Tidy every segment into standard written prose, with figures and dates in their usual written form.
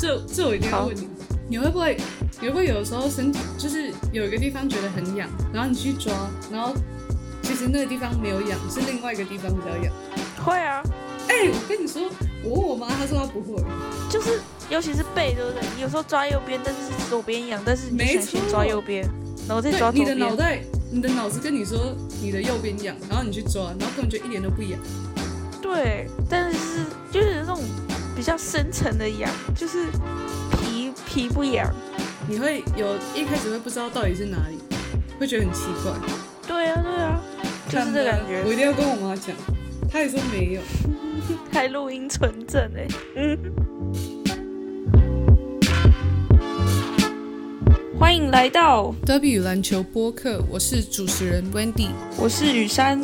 这我一定要问你，你会不会有的时候身体就是有一个地方觉得很痒，然后你去抓，然后其实那个地方没有痒，是另外一个地方比较痒？ 会啊。 我跟你说，我问我妈，她说她不会， 就是尤其是背，对不对？你有时候抓右边，但是是左边痒，但是你就想先抓右边，然后再抓左边。 你的脑子跟你说你的右边痒，然后你去抓，然后根本就一点都不痒。 对，但是就是那种比较深层的痒，就是皮不痒。 你会一开始会不知道到底是哪里，会觉得很奇怪。 对啊，就是这感觉。 我一定要跟我妈讲，她也说没有， 还录音存证欢迎来到德比与篮球播客，我是主持人 Wendy， 我是雨珊。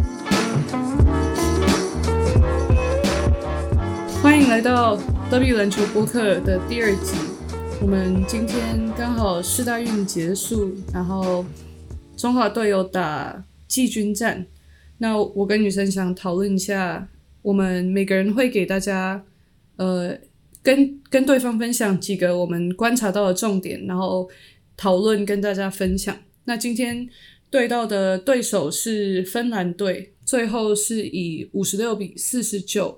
欢迎来到德比与篮球播客的第2集。我们今天刚好世大运结束，然后中华队有打季军战。那我跟雨珊想讨论一下，我们每个人会给大家跟对方分享几个我们观察到的重点，然后讨论跟大家分享。那今天对到的对手是芬兰队，最后是以56-49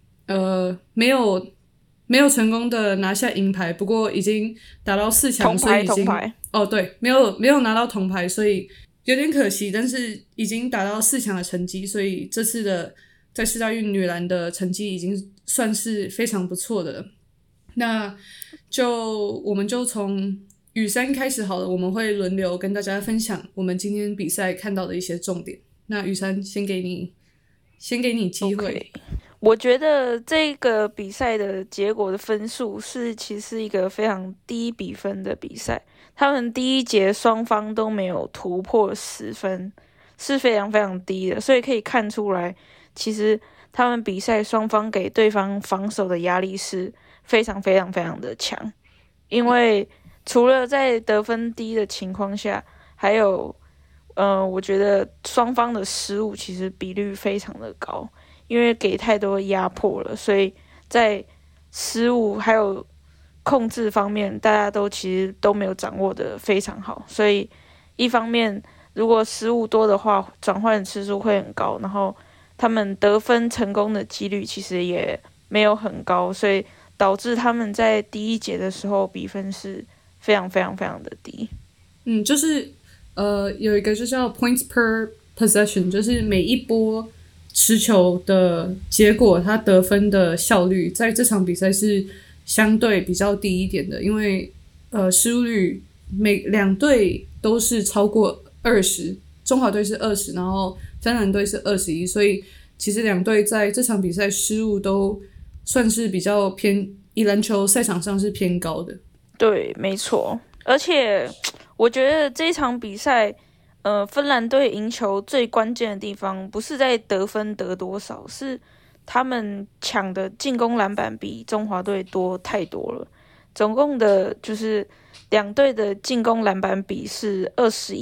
没有成功的拿下银牌，不过已经打到4强，所以已经铜牌对，没有拿到铜牌，所以有点可惜，但是已经打到4强的成绩，所以这次的在世大运女篮的成绩已经算是非常不错的了。那我们就从雨珊开始好了，我们会轮流跟大家分享我们今天比赛看到的一些重点。那雨珊先给你机会。 我觉得这个比赛的结果的分数其实是一个非常低比分的比赛，他们第一节双方都没有突破10分，是非常非常低的，所以可以看出来，其实他们比赛双方给对方防守的压力是非常非常非常的强，因为除了在得分低的情况下，还有我觉得双方的失误其实比率非常的高，因为给太多压迫了，所以在失误还有控制方面，大家都其实都没有掌握的非常好，所以一方面如果失误多的话，转换次数会很高，然后他们得分成功的几率其实也没有很高，所以导致他们在第一节的时候比分是非常非常非常的低。 就是有一个就叫 points per possession， 就是每一波持球的结果，它得分的效率在这场比赛是相对比较低一点的，因为失误率两队都是超过20，中华队是20，然后芬兰队是21，所以其实两队在这场比赛失误都算是比较偏，以篮球赛场上是偏高的。 对，没错，而且我觉得这场比赛芬兰队赢球最关键的地方不是在得分得多少，是他们抢的进攻篮板比中华队多太多了，总共的就是两队的进攻篮板比是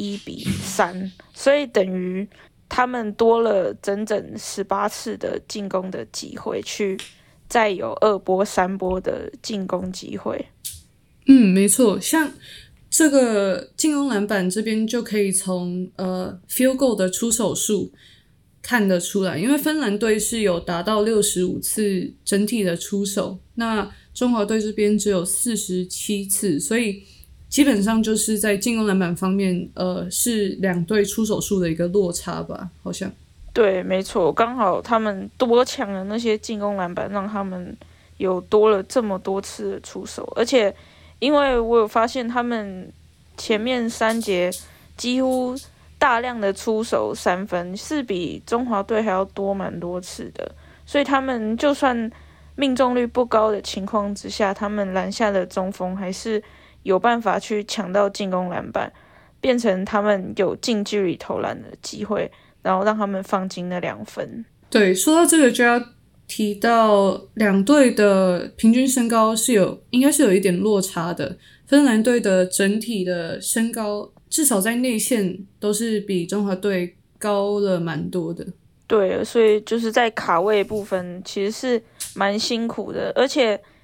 21-3，所以等于他们多了整整18次的进攻的机会，去再有2波3波的进攻机会。 没错，像这个进攻篮板这边就可以从field goal 的出手数看得出来，因为芬兰队是有达到65次整体的出手，那中华队这边只有47次，所以基本上就是在进攻篮板方面是两队出手数的一个落差吧，好像。 对，没错，刚好他们多抢了那些进攻篮板，让他们有多了这么多次的出手，而且因为我有发现他们前面3节几乎大量的出手3分，是比中华队还要多蛮多次的，所以他们就算命中率不高的情况之下，他们篮下的中锋还是有办法去抢到进攻篮板，变成他们有近距离投篮的机会，然后让他们放进那2分。 对，说到这个就要提到两队的平均身高应该是有一点落差的，芬兰队的整体的身高至少在内线都是比中华队高了蛮多的。 对，所以就是在卡位部分其实是蛮辛苦的，而且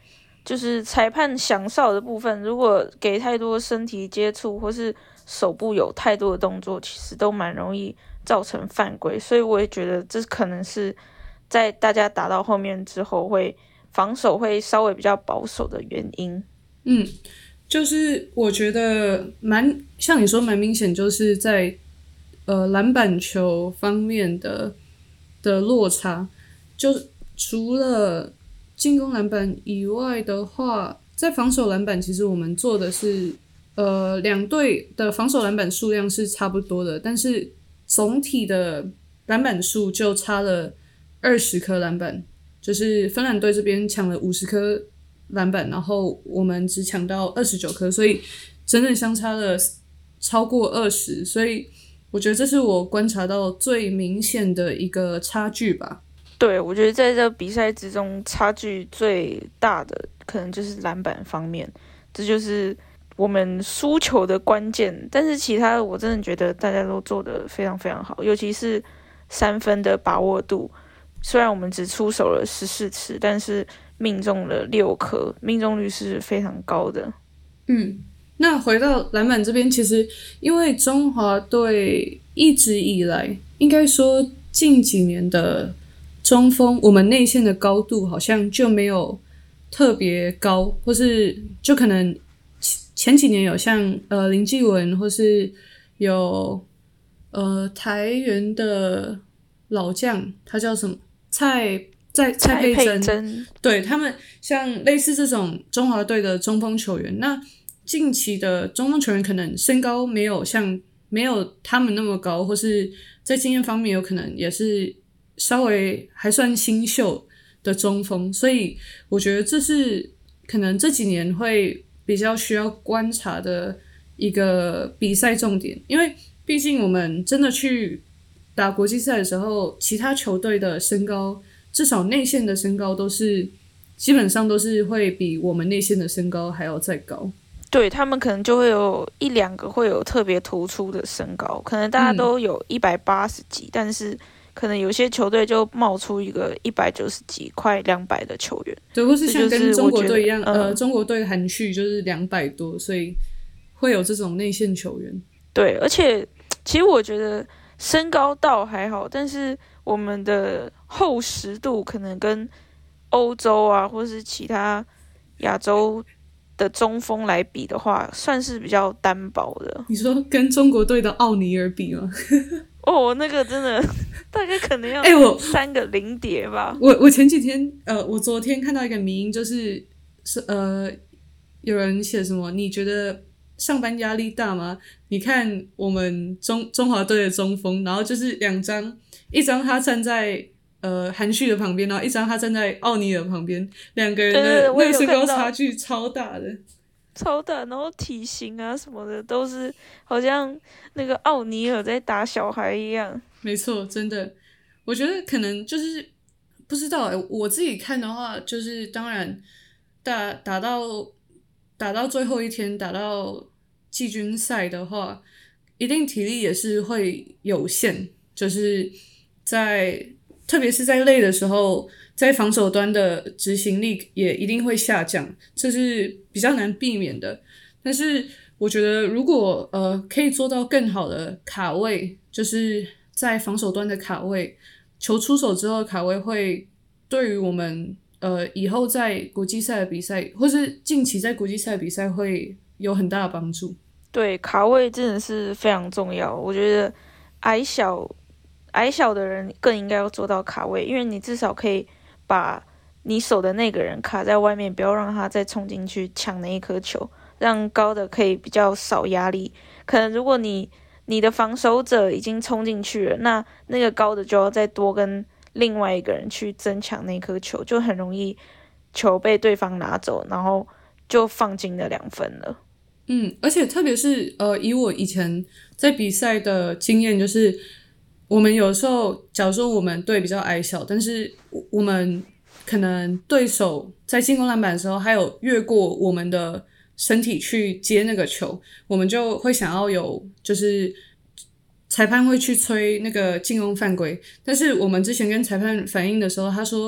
就是裁判响哨的部分，如果给太多身体接触或是手部有太多的动作，其实都蛮容易造成犯规。所以我也觉得这可能是在大家打到后面之后防守会稍微比较保守的原因。 就是我觉得像你说蛮明显，就是在篮板球方面的落差，就除了进攻篮板以外的话，在防守篮板其实我们做的是两队的防守篮板数量是差不多的，但是总体的篮板数就差了20颗篮板，就是芬兰队这边抢了50颗篮板，然后我们只抢到29颗，所以整整相差了超过20，所以我觉得这是我观察到最明显的一个差距吧。 对，我觉得在这比赛之中差距最大的可能就是篮板方面，这就是我们输球的关键。但是其他的我真的觉得大家都做得非常非常好，尤其是3分的把握度，虽然我们只出手了14次，但是命中了6颗，命中率是非常高的。 那回到篮板这边，其实因为中华队一直以来，应该说近几年的中锋，我们内线的高度好像就没有特别高，或是就可能前几年有像林继文，或是有台元的老将，他叫什么蔡佩珍，对，他们像类似这种中华队的中锋球员，那近期的中锋球员可能身高没有他们那么高，或是在经验方面有可能也是稍微还算新秀的中锋，所以我觉得这是可能这几年会比较需要观察的一个比赛重点，因为毕竟我们真的去打国际赛的时候，其他球队的身高，至少内线的身高基本上都是会比我们内线的身高还要再高。 对，他们可能就会有1-2个会有特别突出的身高，可能大家都有180几，但是可能有些球队就冒出一个190几快200的球员。 对，或是像跟中国队一样，中国队含蓄就是200多，所以会有这种内线球员。 对，而且其实我觉得身高倒还好，但是我们的厚实度可能跟欧洲啊或是其他亚洲的中锋来比的话，算是比较单薄的。 你说跟中国队的奥尼尔比吗？ 那个真的大概可能要3个零碟吧。 我前几天我昨天看到一个迷因，就是有人写什么？你觉得上班压力大吗？你看我们中华队的中锋，然后就是2张，一张他站在韩旭的旁边，然后一张他站在奥尼尔旁边，两个人的那个身高差距超大的， 超大，然后体型啊什么的都是好像那个奥尼尔在打小孩一样。 没错，真的，我觉得可能就是不知道我自己看的话，就是当然打到最后一天，打到季军赛的话，一定体力也是会有限，就是特别是在累的时候，在防守端的执行力也一定会下降，这是比较难避免的。但是我觉得如果可以做到更好的卡位，就是在防守端的卡位，球出手之后的卡位会对于我们以后在国际赛的比赛，或是近期在国际赛的比赛会有很大的帮助。 对，卡位真的是非常重要，我觉得矮小的人更应该要做到卡位，因为你至少可以把你守的那个人卡在外面，不要让他再冲进去抢那一颗球，让高的可以比较少压力。可能如果你的防守者已经冲进去了，那个高的就要再多跟另外一个人去争抢那颗球，就很容易球被对方拿走，然后就放进了2分了。 而且特别是以我以前在比赛的经验，就是我们有时候假如说我们队比较矮小，但是我们可能对手在进攻篮板的时候还有越过我们的身体去接那个球，我们就会想要就是裁判会去吹那个进攻犯规，但是我们之前跟裁判反映的时候，他说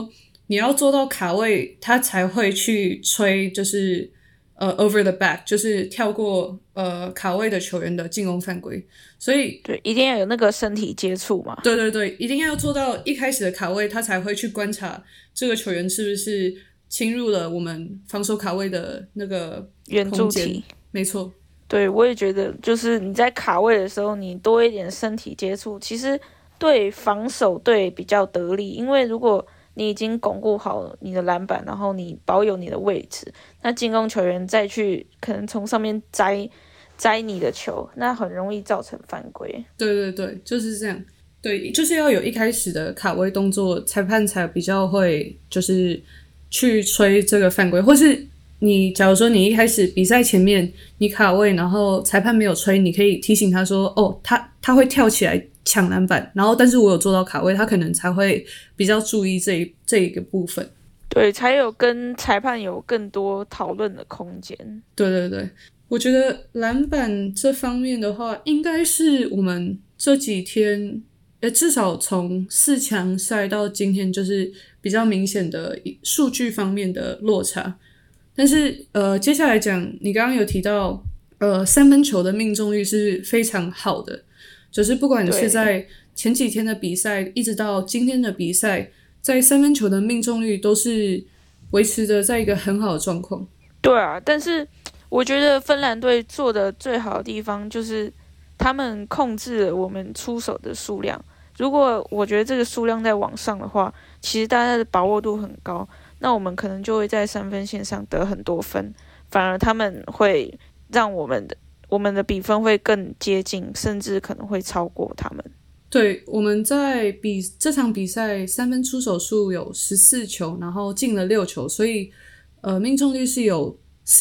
你要做到卡位，他才会去吹，就是over the back， 就是跳过卡位的球员的进攻犯规。所以对，一定要有那个身体接触嘛。 对对对，一定要做到一开始的卡位，他才会去观察这个球员是不是侵入了我们防守卡位的那个圆柱体。 没错。 对，我也觉得，就是你在卡位的时候，你多一点身体接触，其实对防守队比较得力。因为如果你已经巩固好你的篮板，然后你保有你的位置，那进攻球员再去可能从上面摘你的球，那很容易造成犯规。 对对对，就是这样。对，就是要有一开始的卡位动作，裁判才比较会就是去吹这个犯规，或是你假如说你一开始比赛前面你卡位，然后裁判没有吹，你可以提醒他说，哦，他会跳起来抢篮板，然后但是我有做到卡位，他可能才会比较注意这一个部分。 对，才有跟裁判有更多讨论的空间。 对对对，我觉得篮板这方面的话，应该是我们这几天，至少从4强赛到今天，就是比较明显的数据方面的落差。但是接下来讲，你刚刚有提到三分球的命中率是非常好的，就是不管是在前几天的比赛，一直到今天的比赛，在三分球的命中率都是维持着在一个很好的状况。 对啊，但是我觉得芬兰队做的最好的地方就是他们控制了我们出手的数量。如果我觉得这个数量在往上的话，其实大家的把握度很高，那我们可能就会在三分线上得很多分，反而他们会让我们的比分会更接近，甚至可能会超过他们。 对，我们在这场比赛三分出手数有14球，然后进了6球，所以命中率是有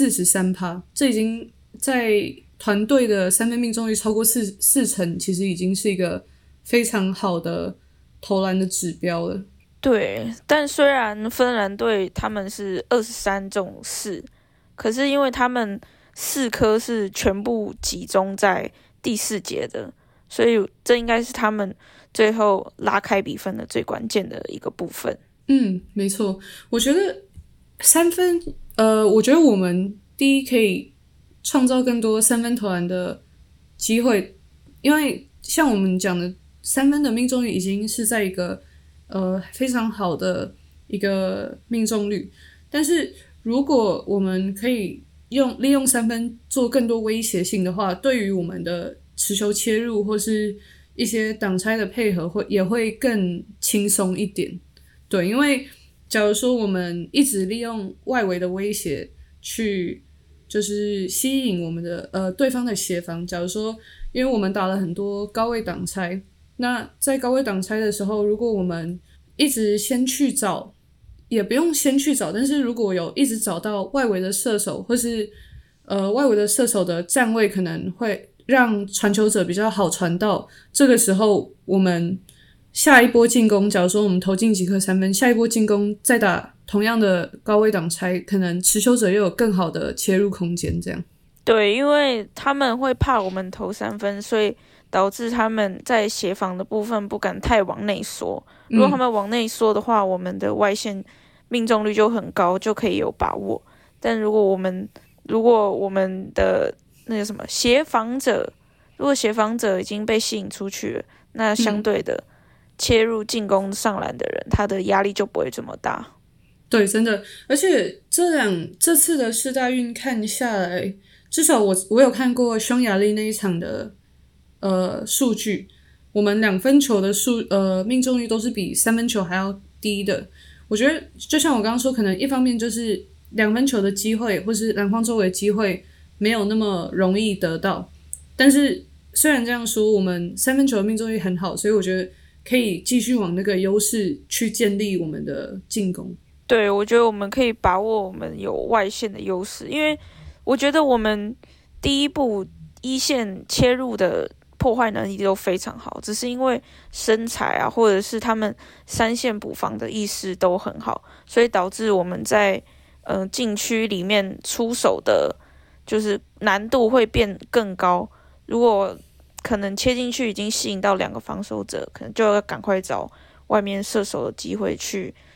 43%，这已经在团队的三分命中率超过四成，其实已经是一个非常好的投篮的指标了。 对，但虽然芬兰队他们是23中4，可是因为他们4颗是全部集中在第4节的，所以这应该是他们最后拉开比分的最关键的一个部分。 没错，我觉得三分，我觉得我们第一可以创造更多三分投篮的机会，因为像我们讲的，三分的命中率已经是在一个非常好的一个命中率，但是如果我们可以利用三分做更多威胁性的话，对于我们的持球切入或是一些挡拆的配合也会更轻松一点。对，因为假如说我们一直利用外围的威胁去就是吸引我们的对方的协防，假如说因为我们打了很多高位挡拆，那在高位挡拆的时候，如果我们一直先去找，也不用先去找，但是如果有一直找到外围的射手，或是外围的射手的站位可能会让传球者比较好传到，这个时候我们下一波进攻，假如说我们投进几颗三分，下一波进攻再打同样的高位挡拆，可能持球者又有更好的切入空间这样。 对，因为他们会怕我们投三分，所以导致他们在协防的部分不敢太往内缩。如果他们往内缩的话，我们的外线命中率就很高，就可以有把握。但如果我们的那个什么协防者，如果协防者已经被吸引出去了，那相对的切入进攻上篮的人，他的压力就不会这么大。 对，真的，而且这次的世大运看下来，至少我有看过匈牙利那一场的数据，我们2分球的命中率都是比3分球还要低的。我觉得就像我刚刚说，可能一方面就是2分球的机会或是篮筐周围的机会没有那么容易得到，但是虽然这样说，我们3分球的命中率很好，所以我觉得可以继续往那个优势去建立我们的进攻。 对，我觉得我们可以把握我们有外线的优势，因为我觉得我们第一步一线切入的破坏能力都非常好，只是因为身材啊，或者是他们三线补防的意识都很好，所以导致我们在禁区里面出手的，就是难度会变更高。如果可能切进去已经吸引到2个防守者，可能就要赶快找外面射手的机会去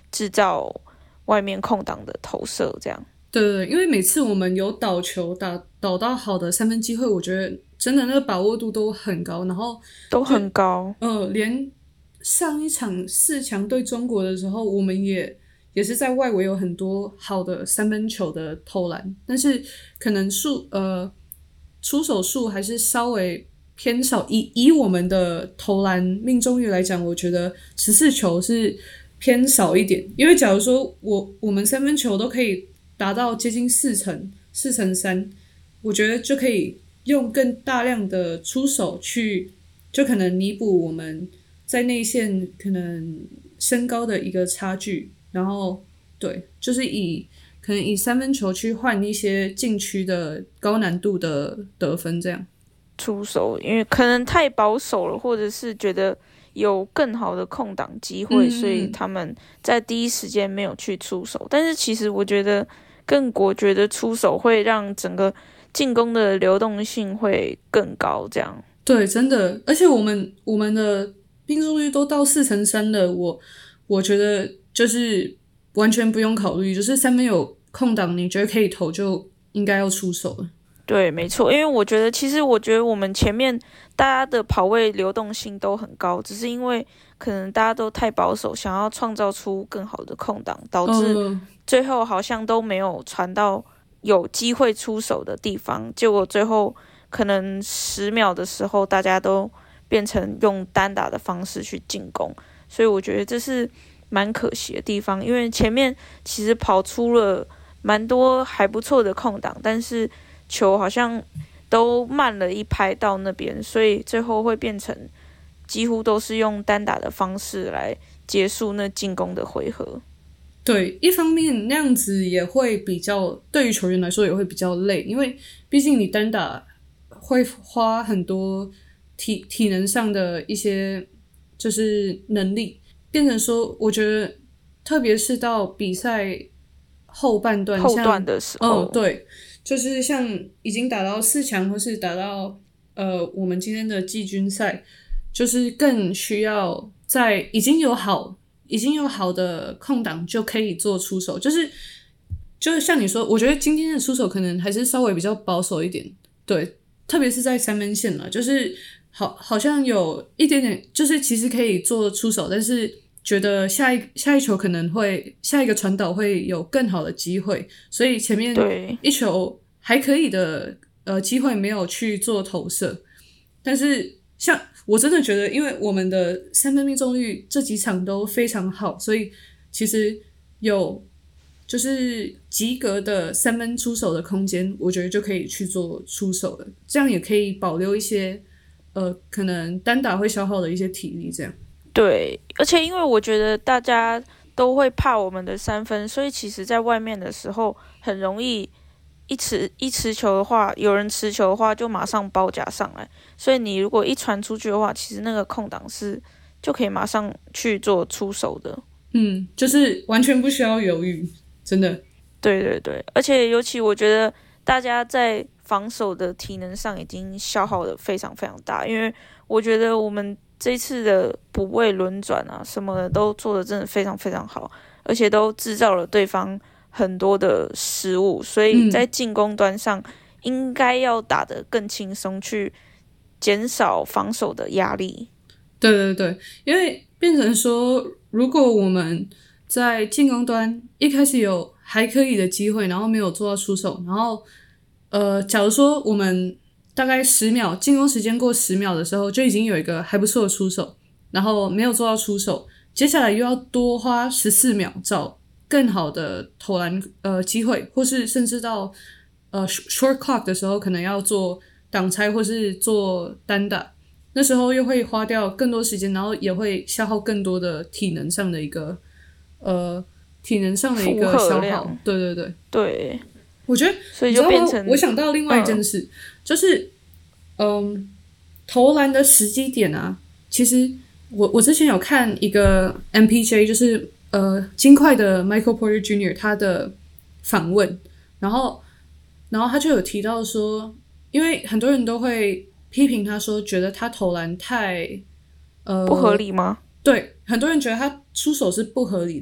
制造外面空档的投射这样。 对对对，因为每次我们有倒球倒到好的三分机会，我觉得真的那个把握度都很高，然后都很高。 连上一场4强对中国的时候，我们也是在外围有很多好的三分球的投篮，但是可能出手数还是稍微偏少。以我们的投篮命中率来讲，我觉得14球是偏少一点，因为假如说我们三分球都可以达到接近4成3，我觉得就可以用更大量的出手去，就可能弥补我们在内线可能身高的一个差距，然后对，就是可能以三分球去换一些禁区的高难度的得分，这样出手，因为可能太保守了，或者是觉得有更好的空档机会，所以他们在第一时间没有去出手。但是其实我觉得更果决的出手会让整个进攻的流动性会更高，这样。 对，真的，而且我们的命中率都到4成3了，我觉得就是完全不用考虑，就是三分有空档，你觉得可以投就应该要出手了。 对，没错，因为我觉得我们前面大家的跑位流动性都很高，只是因为可能大家都太保守，想要创造出更好的空档，导致最后好像都没有传到有机会出手的地方，结果最后可能10秒的时候，大家都变成用单打的方式去进攻，所以我觉得这是蛮可惜的地方，因为前面其实跑出了蛮多还不错的空档，但是球好像都慢了一拍到那边，所以最后会变成几乎都是用单打的方式来结束那进攻的回合。 对，一方面那样子也会比较，对于球员来说也会比较累，因为毕竟你单打会花很多体能上的一些就是能力，变成说，我觉得特别是到比赛后半段， 后段的时候， 对，就是像已经打到4强，或是打到我们今天的季军赛，就是更需要在已经有好的空档就可以做出手，就是像你说，我觉得今天的出手可能还是稍微比较保守一点，对，特别是在三分线了，就是好像有一点点，就是其实可以做出手，但是觉得下一球可能会下一个传导会有更好的机会，所以前面一球还可以的机会没有去做投射，但是像我真的觉得，因为我们的三分命中率这几场都非常好，所以其实有就是及格的三分出手的空间，我觉得就可以去做出手了，这样也可以保留一些可能单打会消耗的一些体力，这样。 对，而且因为我觉得大家都会怕我们的三分，所以其实在外面的时候很容易一持球的话，有人持球的话就马上包夹上来，所以你如果一传出去的话，其实那个空档就可以马上去做出手的。 就是完全不需要犹豫，真的。 对对对，而且尤其我觉得大家在防守的体能上已经消耗的非常非常大，因为我觉得我们这一次的补位轮转啊什么的都做的真的非常非常好，而且都制造了对方很多的失误，所以在进攻端上应该要打得更轻松，去减少防守的压力。 对对对，因为变成说，如果我们在进攻端一开始有还可以的机会，然后没有做到出手，然后假如说我们大概10秒进攻时间过10秒的时候，就已经有一个还不错的出手，然后没有做到出手，接下来又要多花14秒找更好的投篮机会，或是甚至到short clock 的时候，可能要做挡拆或是做单打，那时候又会花掉更多时间，然后也会消耗更多的体能上的一个消耗。对对对对， 我觉得， 所以就变成我想到另外一件事，就是投篮的时机点啊，其实我之前有看一个 MPJ， 就是金块的 Michael Porter Jr. 他的访问，然后他就有提到说，因为很多人都会批评他说，觉得他投篮太不合理吗？ 对，很多人觉得他出手是不合理的，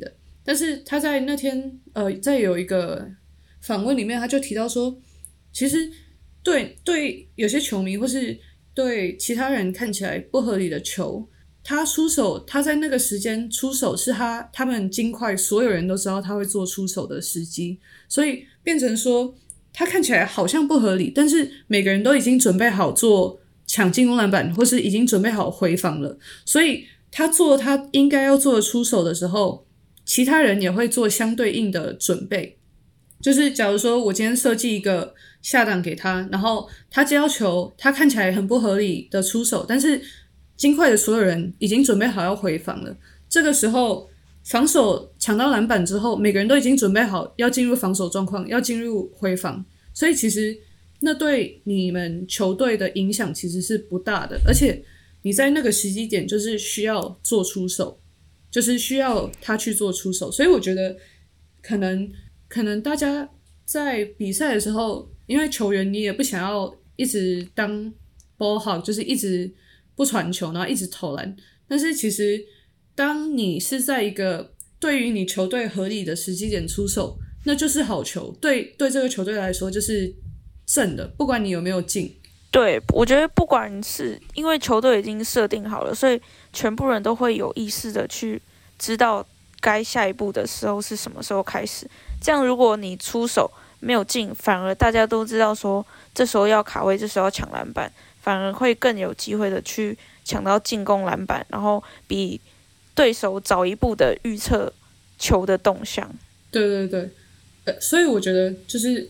但是他在那天在有一个访问里面，他就提到说，其实对有些球迷或是对其他人看起来不合理的球，他出手，他在那个时间出手是他们金块所有人都知道他会做出手的时机，所以变成说他看起来好像不合理，但是每个人都已经准备好做抢进攻篮板，或是已经准备好回防了，所以他做他应该要做的出手的时候，其他人也会做相对应的准备。就是假如说我今天设计一个下档给他，然后他接到球，他看起来很不合理的出手，但是金块的所有人已经准备好要回防了，这个时候防守抢到篮板之后，每个人都已经准备好要进入防守状况，要进入回防，所以其实那对你们球队的影响其实是不大的，而且你在那个时机点就是需要做出手，就是需要他去做出手，所以我觉得可能大家在比赛的时候，因为球员你也不想要一直当 ball hog， 就是一直不传球，然后一直投篮，但是其实当你是在一个对于你球队合理的时机点出手，那就是好球，对这个球队来说就是正的，不管你有没有进。 对，我觉得不管是因为球队已经设定好了，所以全部人都会有意识的去知道该下一步的时候是什么时候开始。这样如果你出手没有进，反而大家都知道说这时候要卡位，这时候要抢篮板，反而会更有机会的去抢到进攻篮板，然后比对手早一步的预测球的动向。 对对对，所以我觉得就是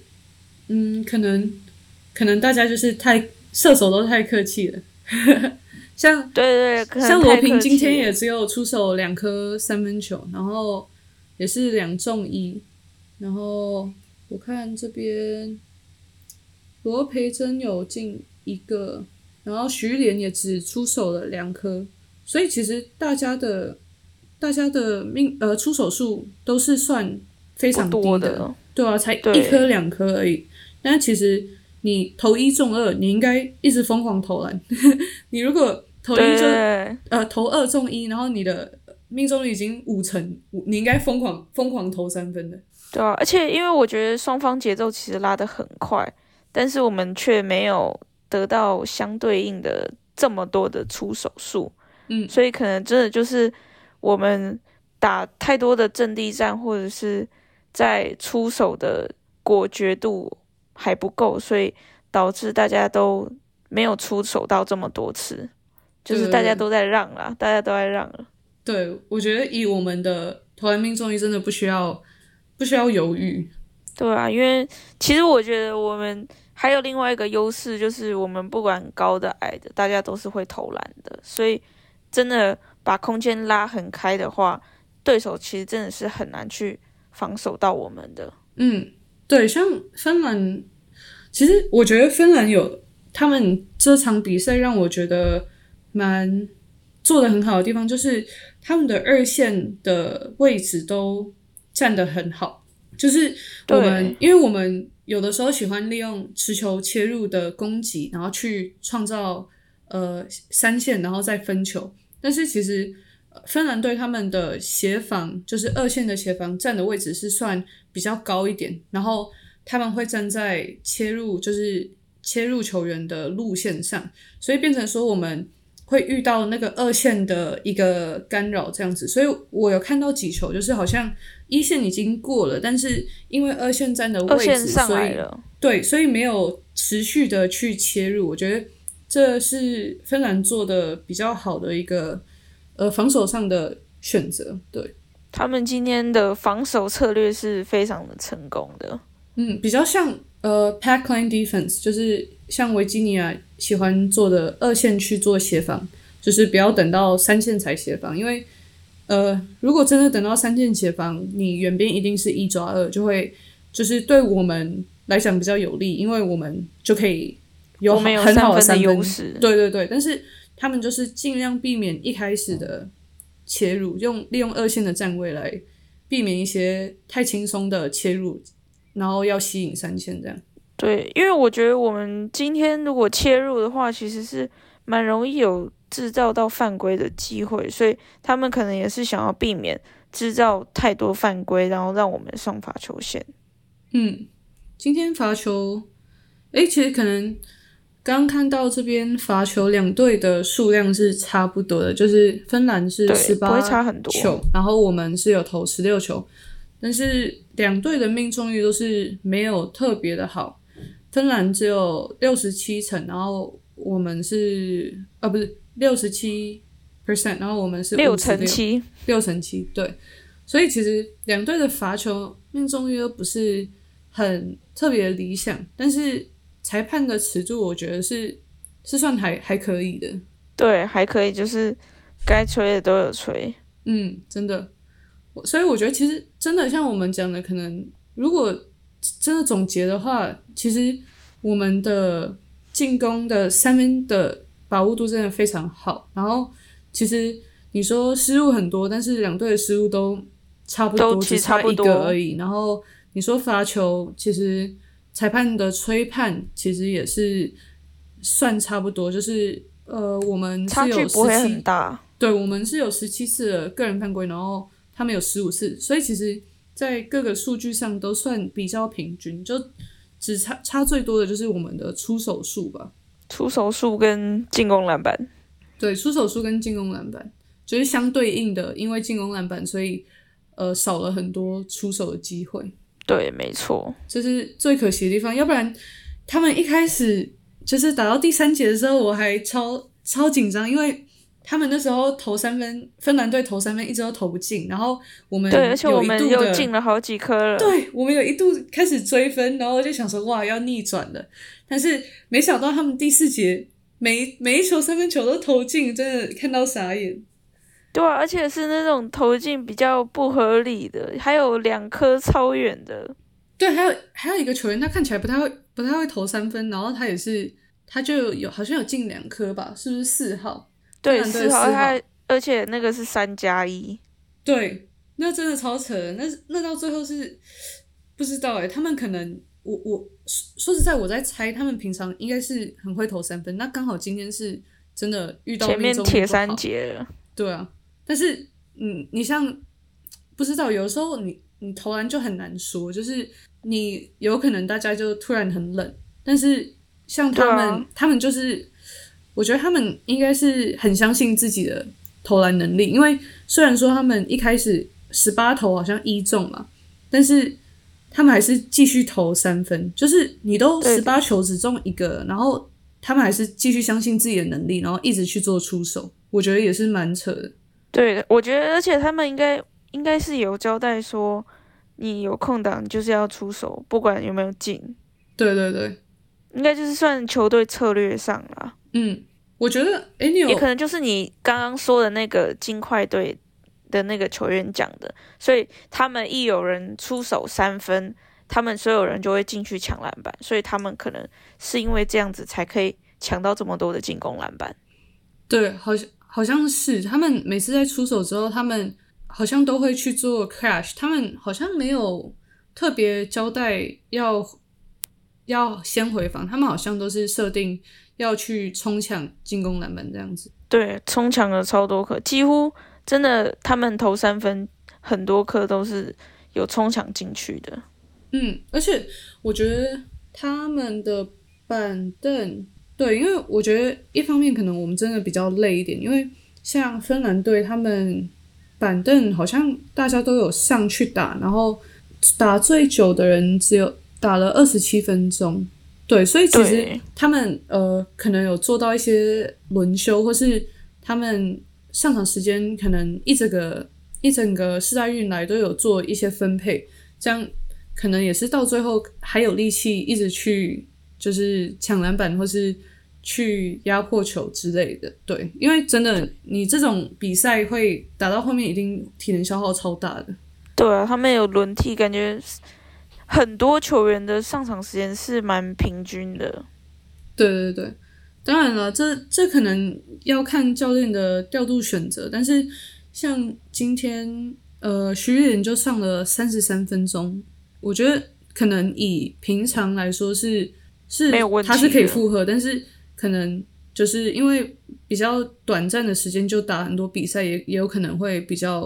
可能大家就是射手都太客气了。像对， 像罗平今天也只有出手2颗三分球，然后也是2中1，然后我看这边罗培珍有进1个，然后徐莲也只出手了2颗，所以其实大家的出手数都是算非常低的，对啊，才1颗2颗而已。但其实你投1中2，你应该一直疯狂投篮。你如果投投2中1，然后你的命中率已经50%，你应该疯狂投3分的。 对啊，而且因为我觉得双方节奏其实拉得很快，但是我们却没有得到相对应的这么多的出手数，所以可能真的就是我们打太多的阵地战，或者是在出手的果决度还不够，所以导致大家都没有出手到这么多次，就是大家都在让啦，大家都在让了。 对，我觉得以我们的投篮命中率真的不需要犹豫。 对啊，因为其实我觉得我们还有另外一个优势，就是我们不管高的矮的，大家都是会投篮的，所以真的把空间拉很开的话，对手其实真的是很难去防守到我们的。 对，像芬兰，其实我觉得芬兰有他们这场比赛让我觉得蛮做得很好的地方，就是他们的2线的位置都站得很好，就是因为我们有的时候喜欢利用持球切入的攻击，然后去创造3线，然后再分球，但是其实芬兰队他们的协防，就是2线的协防站的位置是算比较高一点，然后他们会站在切入球员的路线上，所以变成说我们会遇到那个2线的一个干扰这样子，所以我有看到几球就是好像1线已经过了，但是因为2线站的位置，所以没有持续的去切入，我觉得这是芬兰做的比较好的一个防守上的选择。对， 他们今天的防守策略是非常的成功的。 比较像pack line defense， 就是像维吉尼亚喜欢做的2线去做协防，就是不要等到3线才协防，因为如果真的等到3线协防，你远边一定是1抓2，就是对我们来讲比较有利，因为我们就可以有很好的3分优势。 对，但是他们就是尽量避免一开始的切入，利用2线的站位来避免一些太轻松的切入，然后要吸引3线这样。 对，因为我觉得我们今天如果切入的话，其实是蛮容易有制造到犯规的机会，所以他们可能也是想要避免制造太多犯规，然后让我们上罚球线。 今天罚球，其实可能刚看到这边罚球两队的数量是差不多的，就是芬兰是18球，然后我们是有投16球，但是两队的命中率都是没有特别的好。芬兰只有67%，然后我们是不是67%，然后我们是6成7，对，所以其实两队的罚球命中率都不是很特别理想，但是裁判的尺度我觉得是算还可以的。 对，还可以，就是该吹的都有吹。 真的，所以我觉得其实真的像我们讲的，可能如果真的总结的话，其实我们的进攻的三分的把握度真的非常好，然后其实你说失误很多，但是两队的失误都差不多，只差一个而已。然后你说罚球，其实裁判的吹判其实也是算差不多，就是我们是有17，差距不会很大。 对，我们是有17次的个人犯规，然后他们有15次，所以其实在各个数据上都算比较平均，就只差最多的就是我们的出手数吧。 出手数跟进攻篮板。 对，出手数跟进攻篮板就是相对应的，因为进攻篮板，所以少了很多出手的机会。 对，没错， 这是最可惜的地方。要不然他们一开始就是打到第3节的时候，我还超紧张，因为他们那时候投三分，芬兰队投三分一直都投不进，然后我们对，而且我们又进了好几颗了。 对，我们有一度开始追分，然后我就想说哇要逆转了，但是没想到他们第4节每一球三分球都投进，真的看到傻眼。 对啊，而且是那种投进比较不合理的，还有2颗超远的。 对，还有一个球员，他看起来不太会投三分，然后他就好像有进2颗吧，是不是4号？ 对，4号，而且那个是3+1。 对，那真的超扯的。那到最后是不知道他们可能我说实在，我在猜他们平常应该是很会投三分，那刚好今天是真的遇到命中率不好， 前面铁三节了。 对啊，但是你像不知道，有的时候你投篮就很难说，就是你有可能大家就突然很冷，但是像他们就是我觉得他们应该是很相信自己的投篮能力，因为虽然说他们一开始18投好像1中嘛，但是他们还是继续投三分，就是你都18球只中1个，然后他们还是继续相信自己的能力，然后一直去做出手，我觉得也是蛮扯的。 对，我觉得而且他们应该是有交代说你有空档你就是要出手，不管有没有进。 对对对， 应该就是算球队策略上啦。 我觉得也可能就是你刚刚说的那个金块队的那个球员讲的，所以他们一有人出手3分，他们所有人就会进去抢篮板，所以他们可能是因为这样子才可以抢到这么多的进攻篮板。 对，好像是他们每次在出手之后，他们好像都会去做 crash， 他们好像没有特别交代要先回防，他们好像都是设定要去冲抢进攻篮板这样子。 对，冲抢了超多颗，几乎真的他们投3分很多颗都是有冲抢进去的。 而且我觉得他们的板凳，对，因为我觉得一方面可能我们真的比较累一点，因为像芬兰队他们板凳好像大家都有上去打，然后打最久的人只有打了27分钟。对，所以其实他们可能有做到一些轮休，或是他们上场时间可能一整个世大运来都有做一些分配，这样可能也是到最后还有力气一直去就是抢篮板或是去压迫球之类的。对，因为真的你这种比赛会打到后面一定体能消耗超大的。 对啊，他们有轮替，感觉很多球员的上场时间是蛮平均的。 对对对，当然了，这可能要看教练的调度选择，但是像今天徐玉莲就上了33分钟，我觉得可能以平常来说是没有问题， 他是可以负荷，但是可能就是因为比较短暂的时间就打很多比赛，也有可能会比较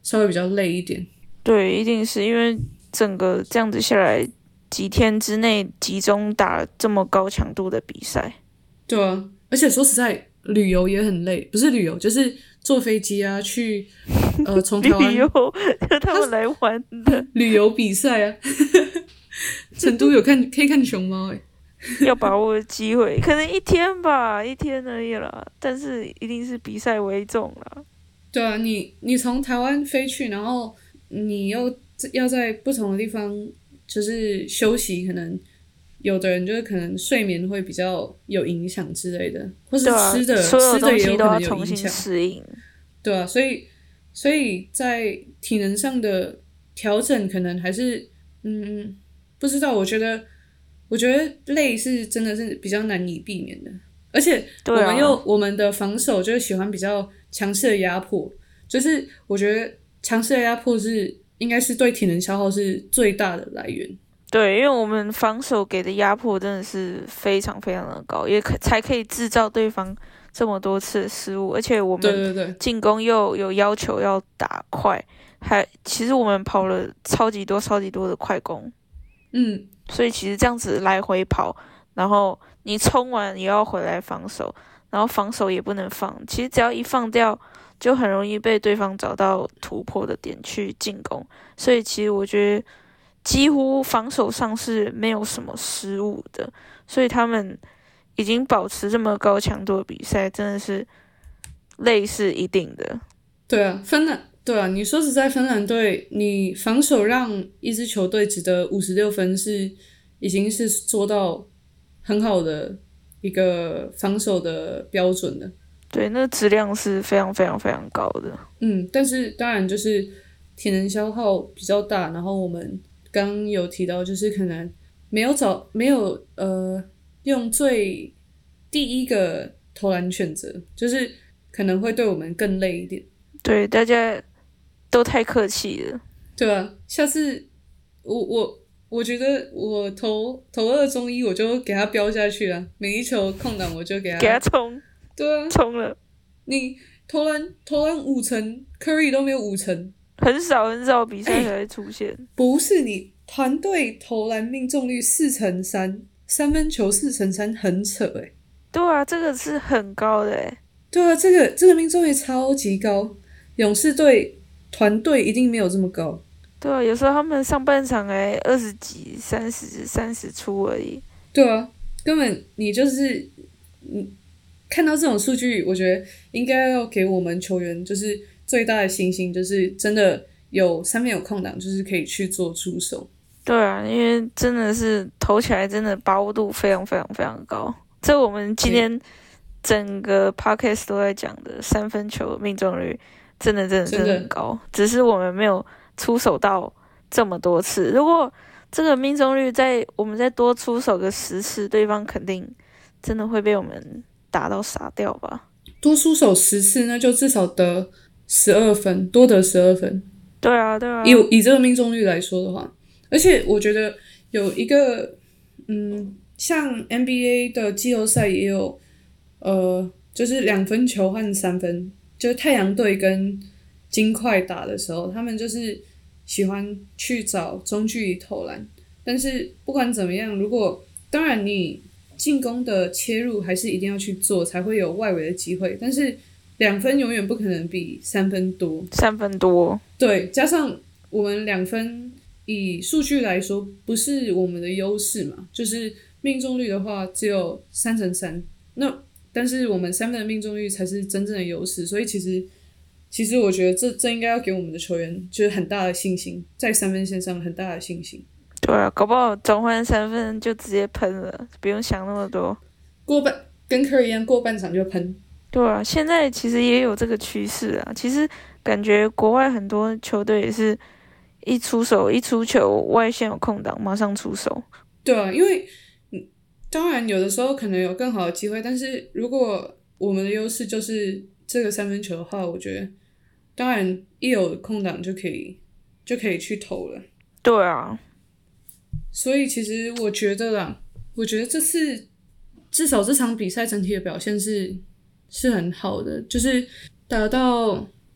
稍微比较累一点。 对，一定是因为整个这样子下来，几天之内集中打这么高强度的比赛。 对啊，而且说实在，旅游也很累，不是旅游就是坐飞机啊，去从台湾旅游就他们来玩的旅游比赛啊。成都可以看熊猫要把握机会，可能一天吧，一天而已啦，但是一定是比赛为重啦。 对啊，你从台湾飞去，然后你又要在不同的地方就是休息，可能有的人就是可能睡眠会比较有影响之类的，或是吃的、 所有东也有可西都要重能有影响。 新适应。 对啊，所以在体能上的调整可能还是不知道，我觉得累是真的是比较难以避免的，而且我们的防守就是喜欢比较强势的压迫，就是我觉得强势的压迫应该是对体能消耗是最大的来源。 对，因为我们防守给的压迫真的是非常非常的高，才可以制造对方这么多次的失误，而且我们进攻又有要求要打快，其实我们跑了超级多的快攻。所以其实这样子来回跑，然后你冲完也要回来防守，然后防守也不能放，其实只要一放掉就很容易被对方找到突破的点去进攻，所以其实我觉得几乎防守上是没有什么失误的，所以他们已经保持这么高强度的比赛，真的是累是一定的。 对啊，对啊，你说实在，芬兰队你防守让一支球队只得56分已经是做到很好的一个防守的标准了。 对，那质量是非常非常非常高的。 但是当然就是体能消耗比较大，然后我们刚有提到就是可能没有用最第一个投篮选择，就是可能会对我们更累一点。 对，大家都太客气了。 对啊，下次我觉得我投2中1我就给他飙下去啊，每一球空档我就给他冲。 对啊， 冲了。 你投篮5成 Curry 都没有5成， 很少比赛才会出现。 不是，你团队投篮命中率4成3，三分球4成3，很扯对啊，这个是很高的对啊，这个命中率超级高，勇士队团队一定没有这么高。 对啊，有时候他们上半场20几、30出而已。 对啊，根本你就是看到这种数据，我觉得应该要给我们球员就是最大的信心，就是真的有三分有空档，就是可以去做出手。 对啊，因为真的是投起来真的把握度非常非常非常高，这我们今天整个 podcast 都在讲的三分球命中率真的很高，只是我们没有出手到这么多次。如果这个命中率我们再多出手个10次，对方肯定真的会被我们打到傻掉吧。 多出手10次，那就至少得12分，多得12分。 对啊。 以这个命中率来说的话，而且我觉得有一个像 NBA 的季后赛也有就是2分球和3分，就是太阳队跟金块打的时候，他们就是喜欢去找中距离投篮，但是不管怎么样，当然你进攻的切入还是一定要去做，才会有外围的机会，但是2分永远不可能比3分多。 3分多。对， 加上我们2分以数据来说不是我们的优势嘛，就是命中率的话只有3成3，但是我们3分的命中率才是真正的优势，所以其实我觉得这应该要给我们的球员就是很大的信心，在3分线上很大的信心。 对啊，搞不好转换3分就直接喷了，不用想那么多。 跟科一样，过半场就喷。 对啊，现在其实也有这个趋势啊。其实感觉国外很多球队也是一出球外线有空档马上出手。 对啊，因为当然有的时候可能有更好的机会，但是如果我们的优势就是这个3分球的话，我觉得当然一有空档就可以去投了。 对啊， 所以其实我觉得这次至少这场比赛整体的表现是很好的，就是打到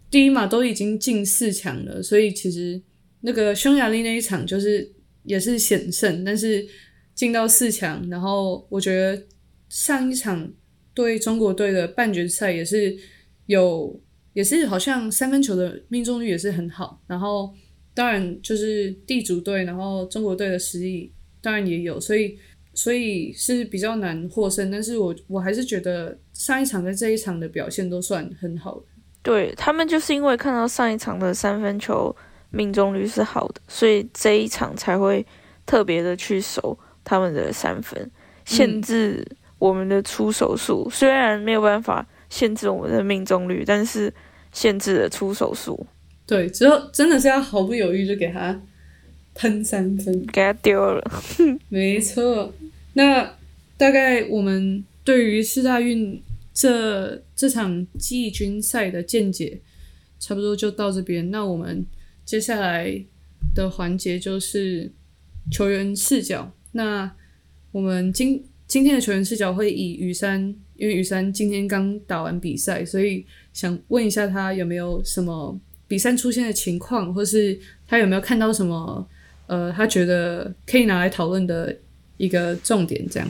第一嘛都已经进4强了，所以其实那个匈牙利那一场就是也是险胜，但是进到4强，然后我觉得上一场对中国队的半决赛也是好像3分球的命中率也是很好，然后当然就是地主队，然后中国队的实力当然也有，所以是比较难获胜，但是我还是觉得上一场跟这一场的表现都算很好的。 对，他们就是因为看到上一场的3分球命中率是好的，所以这一场才会特别的去守他们的3分，限制我们的出手数。虽然没有办法限制我们的命中率，但是限制了出手数。 对，之后真的是要毫不犹豫就给他喷3分， 给他丢了。 没错。那大概我们对于世大运这场季军赛的见解差不多就到这边。那我们接下来的环节就是球员视角。那我们今天的球员视角会以雨山，因为雨山今天刚打完比赛，所以想问一下他有没有什么比赛出现的情况，或是他有没有看到什么他觉得可以拿来讨论的一个重点这样。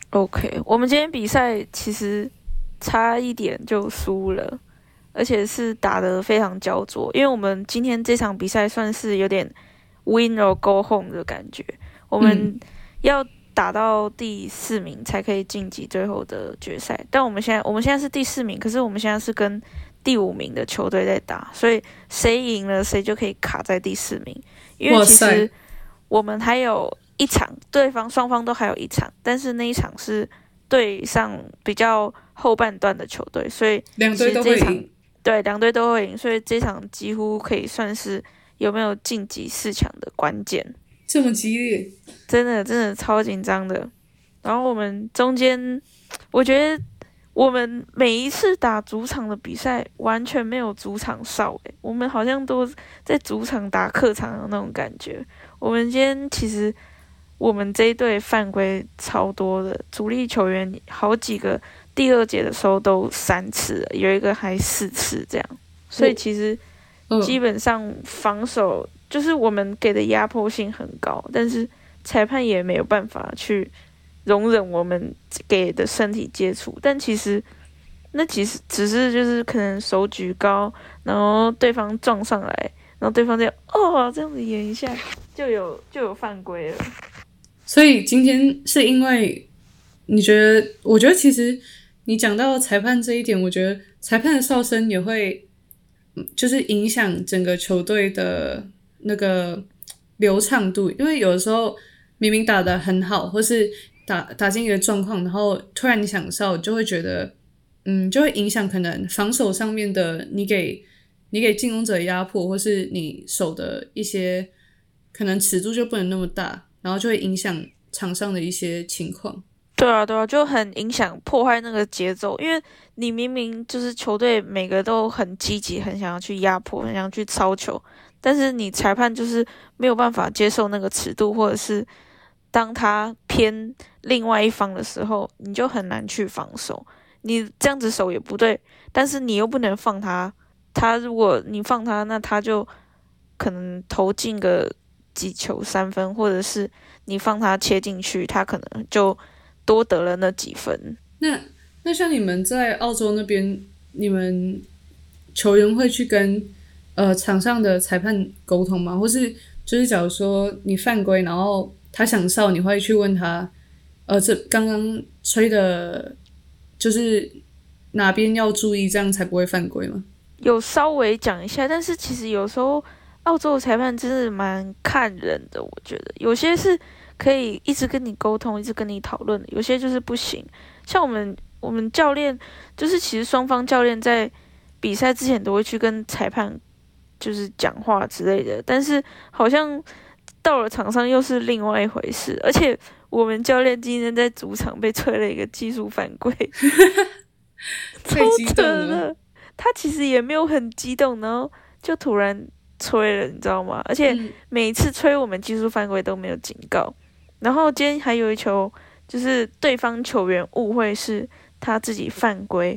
OK， 我们今天比赛其实差一点就输了，而且是打得非常焦灼，因为我们今天这场比赛算是有点 win or go home 的感觉，我们要打到第4名才可以晋级最后的决赛，但我们现在是第4名，可是我们现在是跟第5名的球队在打，所以谁赢了谁就可以卡在第4名，因为其实我们还有一场，双方都还有一场，但是那一场是对上比较后半段的球队，所以两队都会赢。 对，两队都会赢，所以这场几乎可以算是有没有晋级4强的关键。 这么激烈， 真的超紧张的。然后我们中间，我觉得我们每一次打主场的比赛完全没有主场哨，我们好像都在主场打客场的那种感觉。我们今天其实我们这一队犯规超多的，主力球员好几个第2节的时候都3次了，有一个还4次这样，所以其实基本上防守就是我们给的压迫性很高，但是裁判也没有办法去容忍我们给的身体接触，但其实只是就是可能手举高，然后对方撞上来，然后对方这样子演一下就有犯规了。 所以今天是因为我觉得其实你讲到裁判这一点，我觉得裁判的哨声也会就是影响整个球队的那个流畅度，因为有的时候明明打得很好，或是打进一个状况，然后突然你想哨，就会觉得就会影响可能防守上面的你给进攻者压迫，或是你手的一些可能尺度就不能那么大，然后就会影响场上的一些情况。 对啊，就很影响破坏那个节奏，因为你明明就是球队每个都很积极，很想要去压迫，很想要去操球，但是你裁判就是没有办法接受那个尺度，或者是当他偏另外一方的时候，你就很难去防守。你这样子守也不对，但是你又不能放他，如果你放他，那他就可能投进个几球3分，或者是你放他切进去，他可能就多得了那几分。 那像你们在澳洲那边，你们球员会去跟场上的裁判沟通吗？或是就是假如说你犯规，然后他想哨，你会去问他这刚刚吹的就是哪边要注意，这样才不会犯规吗？ 有稍微讲一下，但是其实有时候澳洲的裁判真的蛮看人的，我觉得有些是可以一直跟你沟通，一直跟你讨论的，有些就是不行。像我们教练，就是其实双方教练在比赛之前都会去跟裁判就是讲话之类的，但是好像到了场上又是另外一回事。而且我们教练今天在主场被吹了一个技术犯规，超扯的。他其实也没有很激动，然后就突然吹了，你知道吗？而且每一次吹我们技术犯规都没有警告。然后今天还有一球，就是对方球员误会是他自己犯规，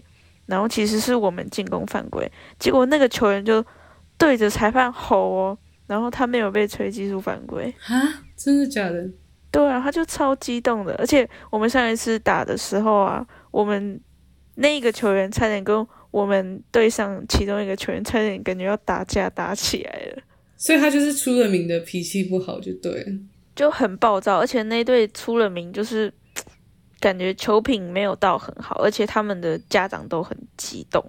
然后其实是我们进攻犯规，结果那个球员就对着裁判吼哦，然后他没有被吹技术犯规。 哈，真的假的？ 对啊，他就超激动的，而且我们上一次打的时候啊，我们那个球员差点跟我们队上其中一个球员差点感觉要打架打起来了， 所以他就是出了名的脾气不好就对了， 就很暴躁，而且那队出了名就是感觉球品没有到很好，而且他们的家长都很激动。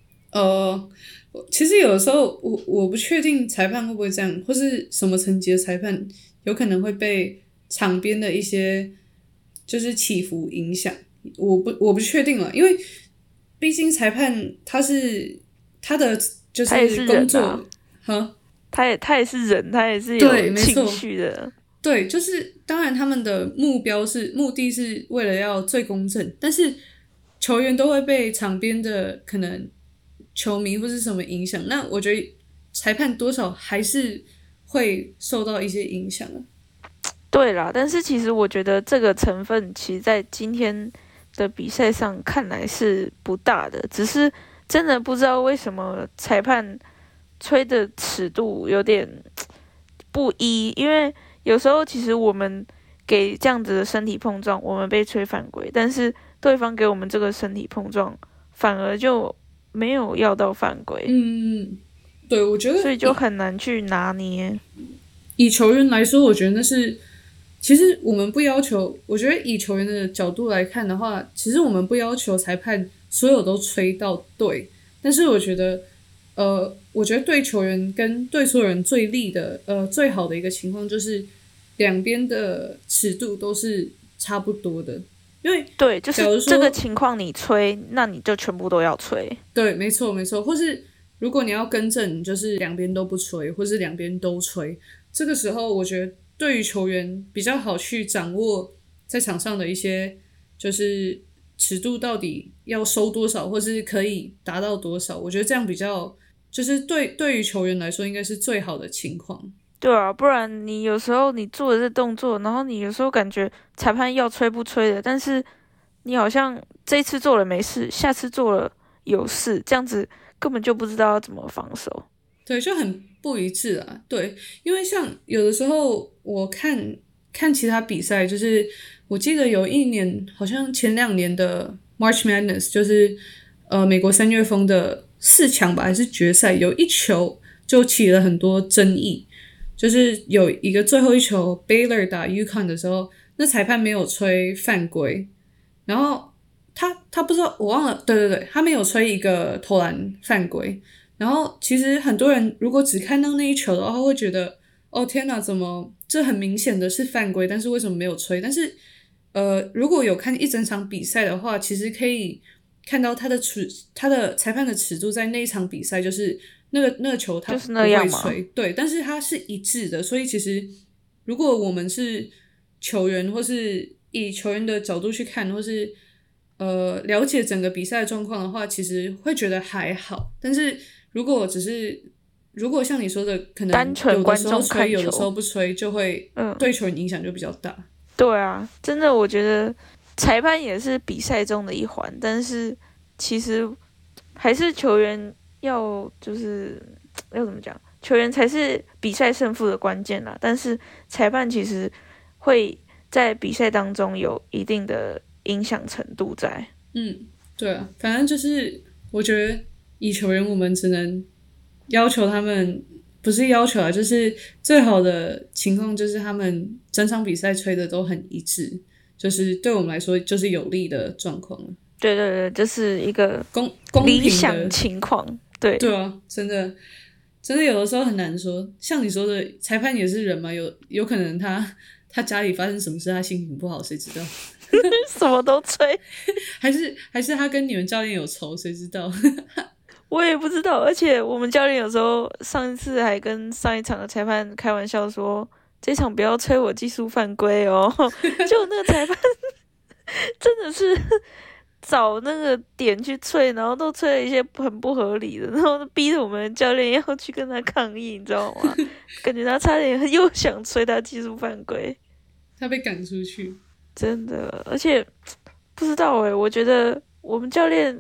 其实有的时候我不确定裁判会不会这样，或是什么层级的裁判有可能会被场边的一些就是起伏影响，我不确定了，因为毕竟裁判他的就是工作， 他也是人，他也是有情绪的。 对，就是当然他们的目的是为了要最公正，但是球员都会被场边的可能球迷或是什么影响，那我觉得裁判多少还是会受到一些影响的。 对啦，但是其实我觉得这个成分其实在今天的比赛上看来是不大的，只是真的不知道为什么裁判吹的尺度有点不一，因为有时候其实我们给这样子的身体碰撞，我们被吹犯规，但是对方给我们这个身体碰撞反而就没有要到犯规。 对，我觉得所以就很难去拿捏。 以球员来说，我觉得那是其实我们不要求，我觉得以球员的角度来看的话，其实我们不要求裁判所有都吹到对，但是我觉得对球员跟对所有人最好的一个情况就是两边的尺度都是差不多的，因为对，就是这个情况你吹，那你就全部都要吹。 对，没错没错，或是如果你要更正，就是两边都不吹，或是两边都吹，这个时候我觉得对于球员比较好去掌握在场上的一些就是尺度到底要收多少，或是可以达到多少，我觉得这样比较就是对于球员来说应该是最好的情况。 对啊，不然你有时候你做的这动作，然后你有时候感觉裁判要吹不吹的，但是你好像这一次做了没事，下次做了有事，这样子根本就不知道要怎么防守。 对，就很不一致啊。对，因为像有的时候我看其他比赛，就是我记得有一年，好像前2年的 March Madness， 就是美国3月风的4强吧，还是决赛，有一球就起了很多争议，就是有一个最后一球 Baylor 打 UConn 的时候，那裁判没有吹犯规，然后他不知道，我忘了，对，他没有吹一个投篮犯规。然后其实很多人如果只看到那一球的话，会觉得哦天哪，怎么这很明显的是犯规，但是为什么没有吹？但是如果有看一整场比赛的话，其实可以看到他的裁判的尺度在那一场比赛就是那个球他不会吹，对，但是他是一致的，所以其实如果我们是球员，或是以球员的角度去看，或是了解整个比赛的状况的话，其实会觉得还好，但是如果像你说的，可能有的时候吹，有的时候不吹，就会对球员影响就比较大。 对啊，真的，我觉得裁判也是比赛中的一环，但是其实还是球员要怎么讲，球员才是比赛胜负的关键啦。但是裁判其实会在比赛当中有一定的影响程度在。 对啊，反正就是我觉得以球员我们只能要求他们，不是要求啊，就是最好的情况就是他们整场比赛吹的都很一致，就是对我们来说就是有利的状况了。 对，这是一个公平的理想情况。对啊，真的有的时候很难说，像你说的，裁判也是人嘛，有可能他家里发生什么事，他心情不好，谁知道？ 什么都吹， 还是他跟你们教练有仇，谁知道？ 我也不知道。而且我们教练有时候上一次还跟上一场的裁判开玩笑说，这场不要吹我技术犯规哦。就那个裁判真的是找那个点去吹，然后都吹了一些很不合理的，然后逼着我们教练要去跟他抗议，你知道吗？感觉他差点又想吹他技术犯规， 他被赶出去。 真的，而且不知道我觉得我们教练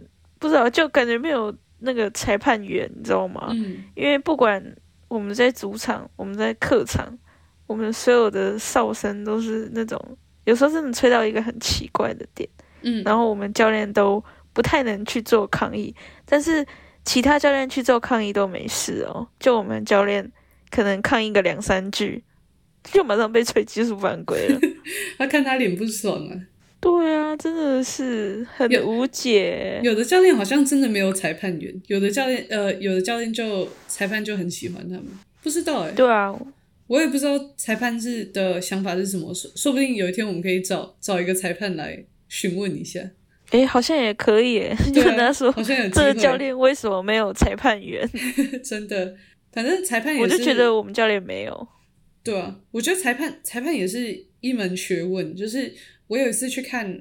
不知道，就感觉没有那个裁判员，你知道吗？因为不管我们在主场，我们在客场，我们所有的哨声都是那种，有时候真的吹到一个很奇怪的点，然后我们教练都不太能去做抗议，但是其他教练去做抗议都没事哦，就我们教练可能抗议个2-3句，就马上被吹技术犯规了。 他看他脸不爽啊。 对啊，真的是很无解。 有的教练好像真的没有裁判员，有的教练就裁判就很喜欢他们，不知道对啊， 我也不知道裁判的想法是什么，说不定有一天我们可以找一个裁判来询问一下。 好像也可以耶，就跟他说， 好像有机会， 这个教练为什么没有裁判员？ 真的，反正裁判也是， 我就觉得我们教练没有。 对啊，我觉得裁判也是一门学问，就是我有一次去看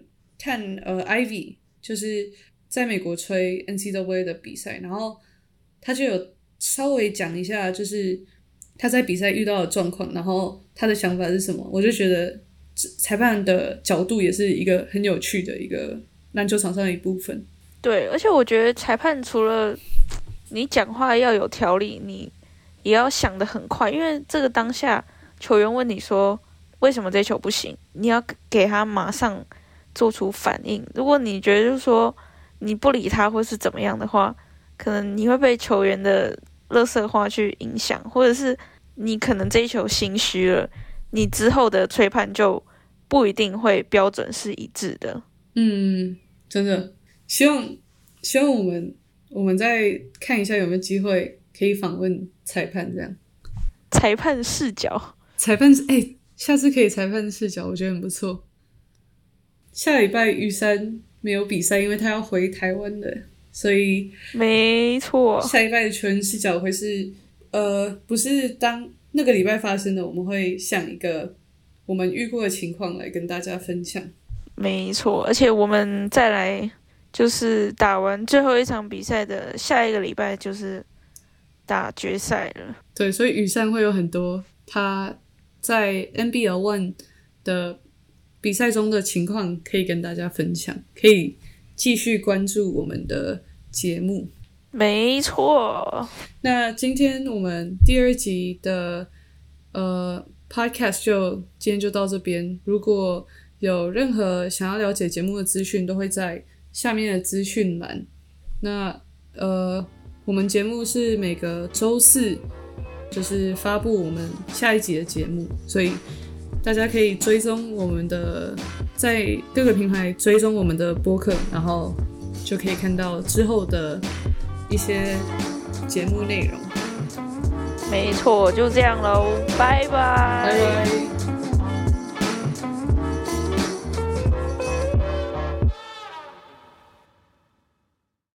Ivy， 就是在美国吹 NCAA 的比赛，然后他就有稍微讲一下，就是他在比赛遇到的状况，然后他的想法是什么，我就觉得裁判的角度也是一个很有趣的一个篮球场上的一部分。 对，而且我觉得裁判除了你讲话要有条理，你也要想得很快，因为这个当下球员问你说为什么这球不行，你要给他马上做出反应。如果你觉得就是说你不理他或是怎么样的话，可能你会被球员的垃圾话去影响，或者是你可能这一球心虚了，你之后的吹判就不一定会标准是一致的。 真的希望我们再看一下有没有机会可以访问裁判，这样裁判视角， 下次可以裁判视角，我觉得很不错。下礼拜玉山没有比赛，因为他要回台湾了，所以没错， 下礼拜的球员视角会是不是当那个礼拜发生的，我们会想一个我们遇过的情况来跟大家分享。 没错，而且我们再来就是打完最后一场比赛的下一个礼拜就是打决赛了。 对，所以羽山会有很多他在 NBL One 的比赛中的情况可以跟大家分享，可以继续关注我们的节目。 没错， 那今天我们第2集的podcast 今天就到这边。如果有任何想要了解节目的资讯，都会在下面的资讯栏。那我们节目是每个周四就是发布我们下一集的节目，所以大家可以追踪我们的，在各个平台追踪我们的播客，然后就可以看到之后的一些节目内容。 没错，就这样咯，拜拜。 拜拜。